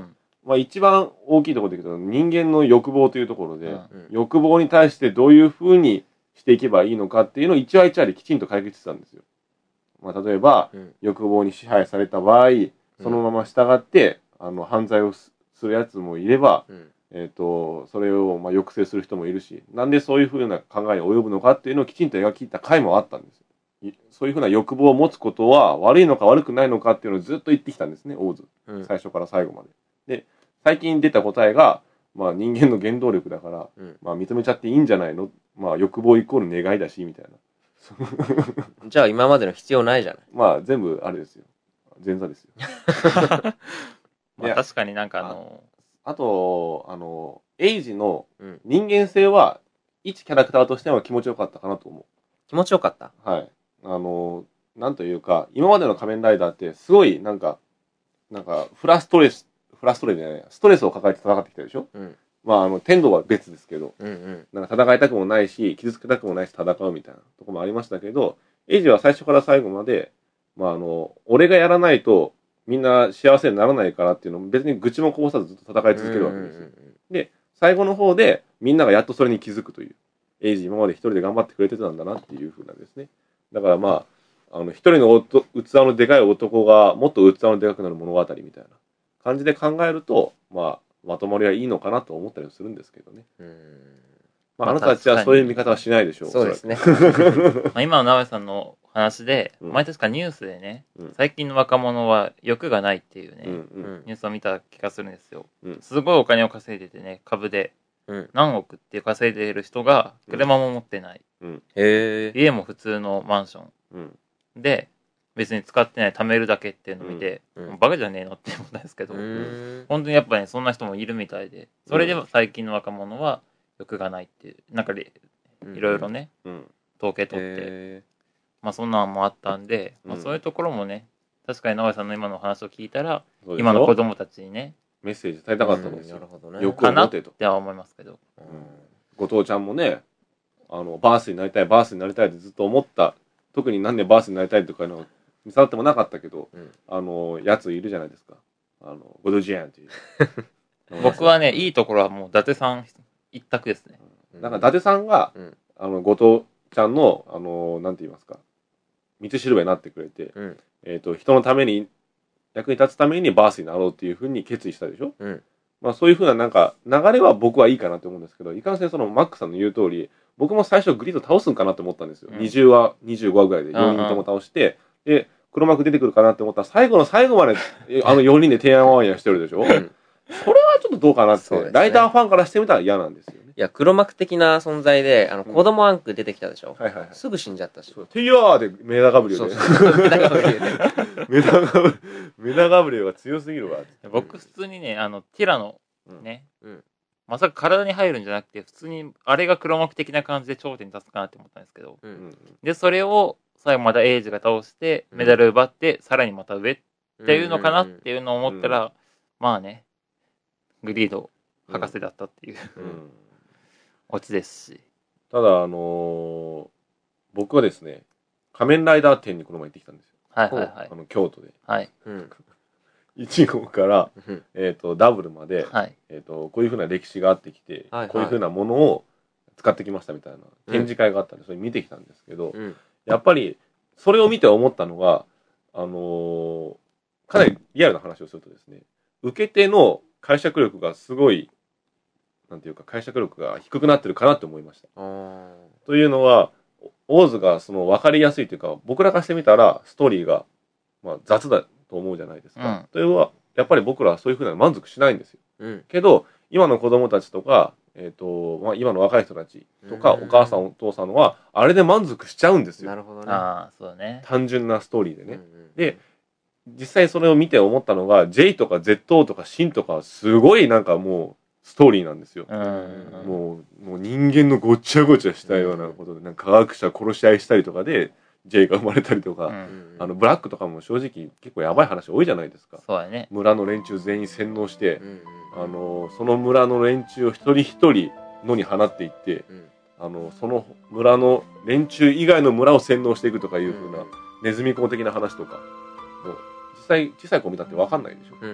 まあ一番大きいところでいくと人間の欲望というところで、 うんうん欲望に対してどういうふうにしていけばいいのかっていうのを一話一話できちんと解決してたんですよ。まあ例えば、 うん欲望に支配された場合、そのまま従って、あの犯罪をすするやつもいれば、 うんえっ、と、それをまあ抑制する人もいるし、なんでそういうふうな考えに及ぶのかっていうのをきちんと描き切った回もあったんですよ。いそういうふうな欲望を持つことは悪いのか悪くないのかっていうのをずっと言ってきたんですね、オーズ。 うん最初から最後まで。で、最近出た答えが、まあ人間の原動力だから、 うんまあ認めちゃっていいんじゃないの、まあ欲望イコール願いだし、みたいな。 じゃあ今までの必要ないじゃない。 まあ全部あれですよ。前座ですよ。いやまあ確かになんかあの、 あと、あの、エイジのうん人間性は、一キャラクターとしては気持ちよかったかなと思気持ちよかった。 う。はい。あの、なんというか、今までの仮面ライダーって、すごい、なんか、なんか、フラストレス、フラストレスじゃない、ストレスを抱えて戦ってきたでしょ。 うんまあ、あの、天道は別ですけど、 うんうんなんか戦いたくもないし、傷つけたくもないし戦うみたいなとこもありましたけど、エイジは最初から最後まで、まあ、あの、俺がやらないと、みんな幸せにならないからっていうのも別に愚痴もこぼさずずっと戦い続けるわけですよ。で、最後の方でみんながやっとそれに気づくという。エイジ今まで一人で頑張ってくれてたんだなっていう風なんですね。だからまあ、あの、一人のおと器のでかい男がもっと器のでかくなる物語みたいな感じで考えると、まあ、まとまりはいいのかなと思ったりするんですけどね。 うんうんまあ、 まああなたたちはそういう見方はしないでしょう。 そうですね。 まあ、今の直江さんの話で、 うん前確かニュースでね、 うん最近の若者は欲がないっていうね、 うんう。 うんんニュースを見た気がするんですよ。 うんすごいお金を稼いでてね、株でうん何億って稼いでいる人が車も持ってない。 へえ。 家も普通のマンショうん。 ンで、別に使ってない貯めるだけっていうのを見て、 うんうんバカじゃねえのって思ったんですけど、 うーん本当にやっぱね、そんな人もいるみたいで、それで最近の若者は欲がないっていう、なんかいろいろね、 うん。 統計取って、 へまあそんなんもあったんで、まあうんそういうところもね、確かに直江さんの今のお話を聞いたら、 そうでしょ今の子供たちにね、 メッセージ伝えたかったんですよなる。ほどね。 欲かなっを持てと。 ては思いますけど。 後藤ちゃんもね、あの、バースになりたい、バースになりたいってずっと思った。特になんでバースになりたいとかいうの見触ってもなかったけど、 うんあの、やついるじゃないですか。あの、ゴドジアンっていう。 僕はね、いいところはもう伊達さん一択ですね。 なんか伊達さんが、 うんあの、後藤ちゃんの、あの、なんて言いますか、道しるべになってくれて、 うんえっ、と、人のために、役に立つためにバースになろうっていうふうに決意したでしょ。 うんまあそういうふうななんか流れは僕はいいかなと思うんですけど、いかんせんそのマックさんの言う通り、僕も最初グリッド倒すんかなと思ったんですよ。 うんにじゅうわ、にじゅうごわぐらいでよにんとも倒して、で、黒幕出てくるかなって思ったら最後の最後までえあのよにんで提案ワンやしてるでしょ。これはちょっとどうかなって、 そうですねライダーファンからしてみたら嫌なんですよね。 いや、黒幕的な存在で、あの、 うん子供アンク出てきたでしょ。 はいはいはい。 すぐ死んじゃったし。 そうティアーでメダガブリオで。 そうそう。メダガブリオでメダガブリメダガブリオが強すぎるわ。 僕普通にね、あの、ティラノ、ね、 うんまさか体に入るんじゃなくて、普通にあれが黒幕的な感じで頂点に立つかなって思ったんですけど、 う。 うんんで、それを最後またエイジが倒して、メダル奪って、さらにまた上っていうのかなっていうのを思ったら、まあね、グリード博士だったっていううんうんオチですし。 ただ、あのー僕はですね、仮面ライダー展にこの前行ってきたんですよ。 はいはいはいあ。の京都で。 はい。 うん。 いち号から、 うんえっ、と、ダブルまで、 はい。 えっ、と、こういうふうな歴史があってきて、 はいはいこういうふうなものを使ってきましたみたいな展示会があったんで、それ見てきたんですけど、 うん。 やっぱり、それを見て思ったのが、あのーかなりリアルな話をするとですね、受け手の解釈力がすごい、なんていうか解釈力が低くなってるかなって思いました。 あーというのは、オーズがその分かりやすいというか、僕らからしてみたら、ストーリーが、まあ、雑だと思うじゃないですか。 うんというのは、やっぱり僕らはそういうふうな満足しないんですよ。 うん。 けど、今の子供たちとか、えっ、と、まあ、今の若い人たちとか、 うんお母さん、お父さんは、あれで満足しちゃうんですよ。 なるほどね。 ああ、そうだね。 単純なストーリーでね。 うんうんで、実際それを見て思ったのが、J とか ゼットオー とかシンとか、すごいなんかもう、ストーリーなんですよ。 うん。 もう、もう人間のごちゃごちゃしたようなことで、なんか科学者殺し合いしたりとかで、J が生まれたりとか、 うんうんあの、ブラックとかも正直結構やばい話多いじゃないですか。 そうだね。 村の連中全員洗脳してう、んあの、その村の連中を一人一人野に放っていって、 うんあの、その村の連中以外の村を洗脳していくとかいう風なネズミ講的な話とか、もう実際小さい子見たってわかんないでしょ。 うん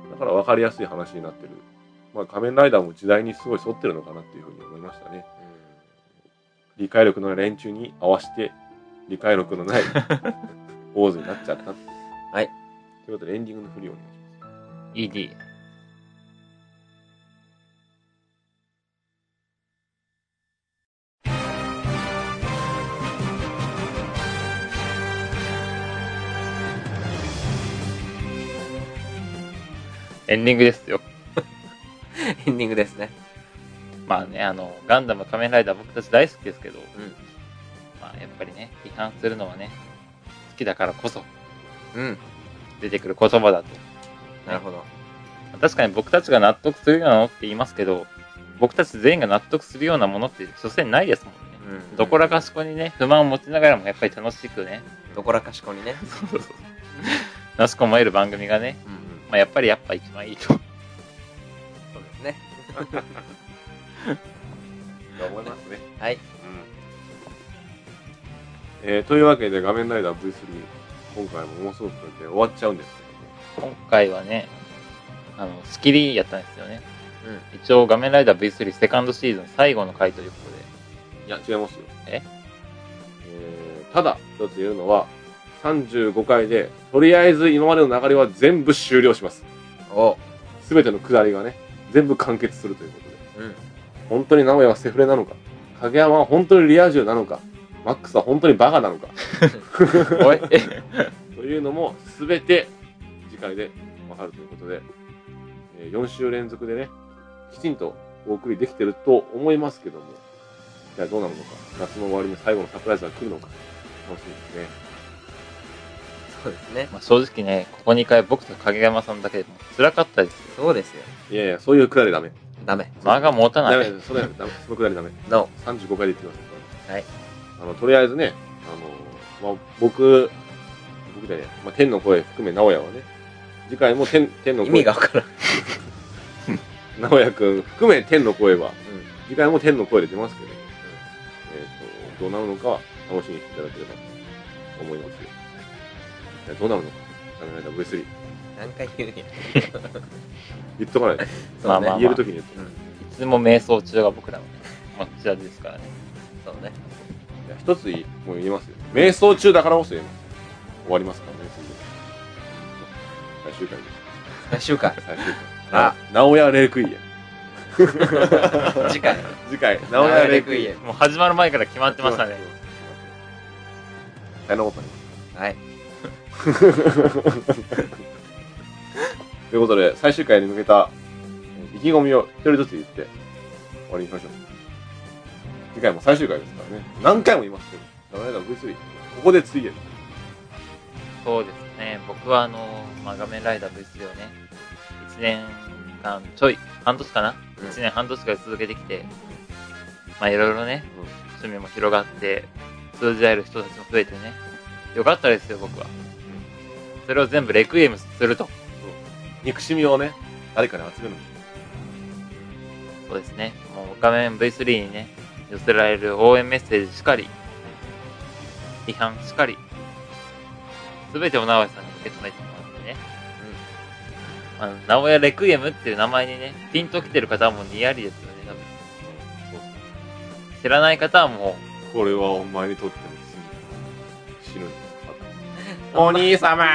だから分かりやすい話になってる。まあ、仮面ライダーも時代にすごい沿ってるのかなっていうふうに思いましたね。理解力のない連中に合わせて、理解力のない坊主になっちゃったって。 はい。 ということでエンディングの振りをお願いします。 イーディー。エンディングですよ。 エンディングですね。 まあね、あの、ガンダム、仮面ライダー僕たち大好きですけど、 うん。 まあやっぱりね、批判するのはね、好きだからこそうん。 出てくる言葉だと。 なるほど。 確かに僕たちが納得するようなものって言いますけど、僕たち全員が納得するようなものって所詮ないですもんね。 うん。 どこらかしこにね、不満を持ちながらもやっぱり楽しくね、 どこらかしこにね。 そうそうそう。楽しく思える番組がね、 うんうん。 まあやっぱりやっぱ一番いいと。 そうですね。 と思いますね。 はい。 うん。えー、というわけで、画面ライダー ブイスリー、今回もものすごくこれで終わっちゃうんですけども。 今回はね、あの、仕切りやったんですよね。 うん。 一応画面ライダー ブイスリー セカンドシーズン最後の回ということで。 いや、違いますよ。 ええー、ただ、一つ言えるのは、さんじゅうごかいで、とりあえず今までの流れは全部終了します。 お。 すべての下りがね、全部完結するということで。 うん。 本当に直哉はセフレなのか、影山は本当にリア充なのか、マックスは本当にバカなのか。 おいえというのも、すべて次回でわかるということで、えー、よん週連続でね、きちんとお送りできてると思いますけども、じゃあどうなるのか、夏の終わりに最後のサプライズが来るのか、楽しみですね。 そうですね。 まあ正直ね、ここにかい僕と影山さんだけでも辛かったですよ。 そうですよ。 いやいや、そういうくだりダメ。 ダメ。 間が持たない。 ダメ、それダメ、そのくだりダメ。 ノさんじゅうごかいで言ってください。 はい。 あの、とりあえずね、あの、まあ、僕、僕じゃねえ、まあ、天の声含め直哉はね、次回も天、天のー。 声。 意味がわからん。 直哉くん含め天の声は、 うん。 次回も天の声で出ますけど、えっ、と、どうなるのかは楽しみにしていただければと思いますよ。じゃあどうなるのか、仮面ライダー ブイスリー。 何回言うんや。 言っとかないと。 まあまあまあ言えるときに言っとかないうん。 いつでも瞑想中が僕らのね、まあこちらですからね。 そうね。 いや、一ついい、もう言えますよ。瞑想中だからこそ言えます。終わりますからね、次で。最終回です。 最終回。 最終回。 あ、 直哉レクイエン。 次回。 次回、直哉レクイエン。 もう始まる前から決まってましたね。 大変なことに。 はい。 ということで、最終回に向けた意気込みを一人ずつ言って終わりにしましょう。次回も最終回ですからね。何回も言いますけど、ダメだ ブイスリー。ここでついえる。 そうですね。僕はあの、まあ、画面ライダー ブイスリー をね、いちねんかんちょい、半年かな、 うん ?いち 年半年くらい続けてきて、まあいろいろね、趣味も広がって、通じ合える人たちも増えてね、よかったですよ、僕は。それを全部レクイエムすると。 憎しみをね、誰かに集めるの。 そうですね。もう画面 ブイスリー にね、寄せられる応援メッセージしかり、批判しかり、すべてを直哉さんに受け止めてもらってね。うん。あの、直哉レクイエムっていう名前にね、ピンと来てる方はもうニヤリですよね、多分。 そうそう。 知らない方はもこれはお前にとっての罪。死ぬんだ。お兄様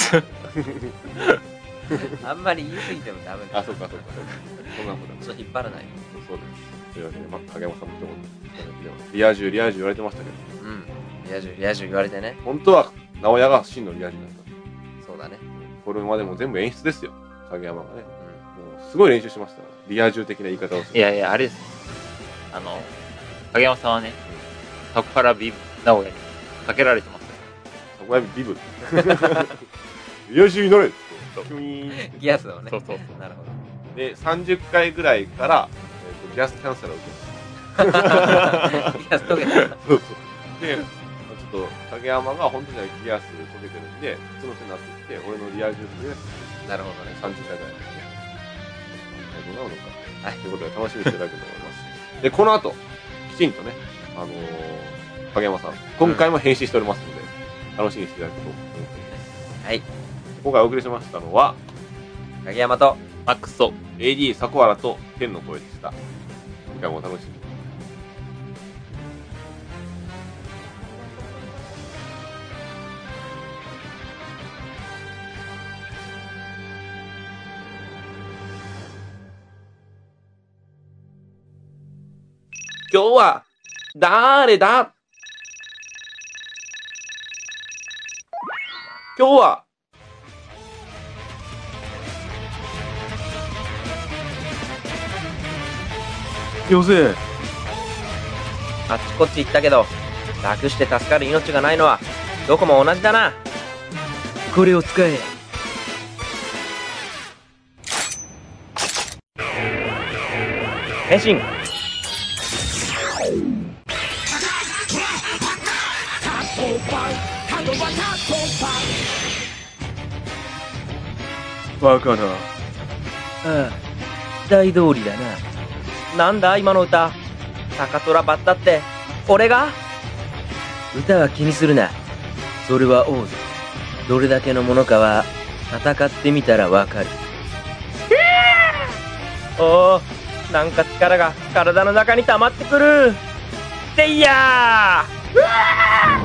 あんまり言い過ぎてもダメだ。 あ、そっかそっか。そんなことちょっと引っ張らない。 そうです。というわけで、ま、影山さんも一言。リア充、リア充言われてましたけど、 うん。リア充、リア充言われてね。 本当は、直哉が真のリア充だった。 そうだね。 これまでも全部演出ですよ。影山がね。 うもう、すごい練習しました。リア充的な言い方をすう、 る。 いやいや、あれです。あの、影山さんはね、タコハラビブ、直哉にかけられてますよ。 そこはビブ。リア充になれそうキュイーンってん。ギアスをね。 そうそうなるほど。 で、さんじゅっかいぐらいから、えーと、ギアスキャンセルを受けギアス解けた。 そうそう。で、まあちょっと、影山が本当にギアス解けてるんで、普通の人になってきて、俺のリア充でなるほどね。 さんじゅっかいぐらいですね。どうなるのか。 はいということで、楽しみにしていただければと思います。で、この後、きちんとね、あのー、影山さん、今回も編集しておりますので、楽しみにしていただけると思っています。 はい。 今回お送りしましたのは、 影山と、 マックスと、 エーディー 迫原と天の声でした。次回もお楽しみに。今日は、誰だ今日は、よせ。 あっちこっち行ったけど、楽して助かる命がないのは、どこも同じだな。これを使え。変身。 バカな。 ああ、大通りだな。なんだ今の歌。高虎バッタって、俺が歌は気にするな。それは王族。どれだけのものかは、戦ってみたらわかる。おお、なんか力が体の中に溜まってくる。せいやー。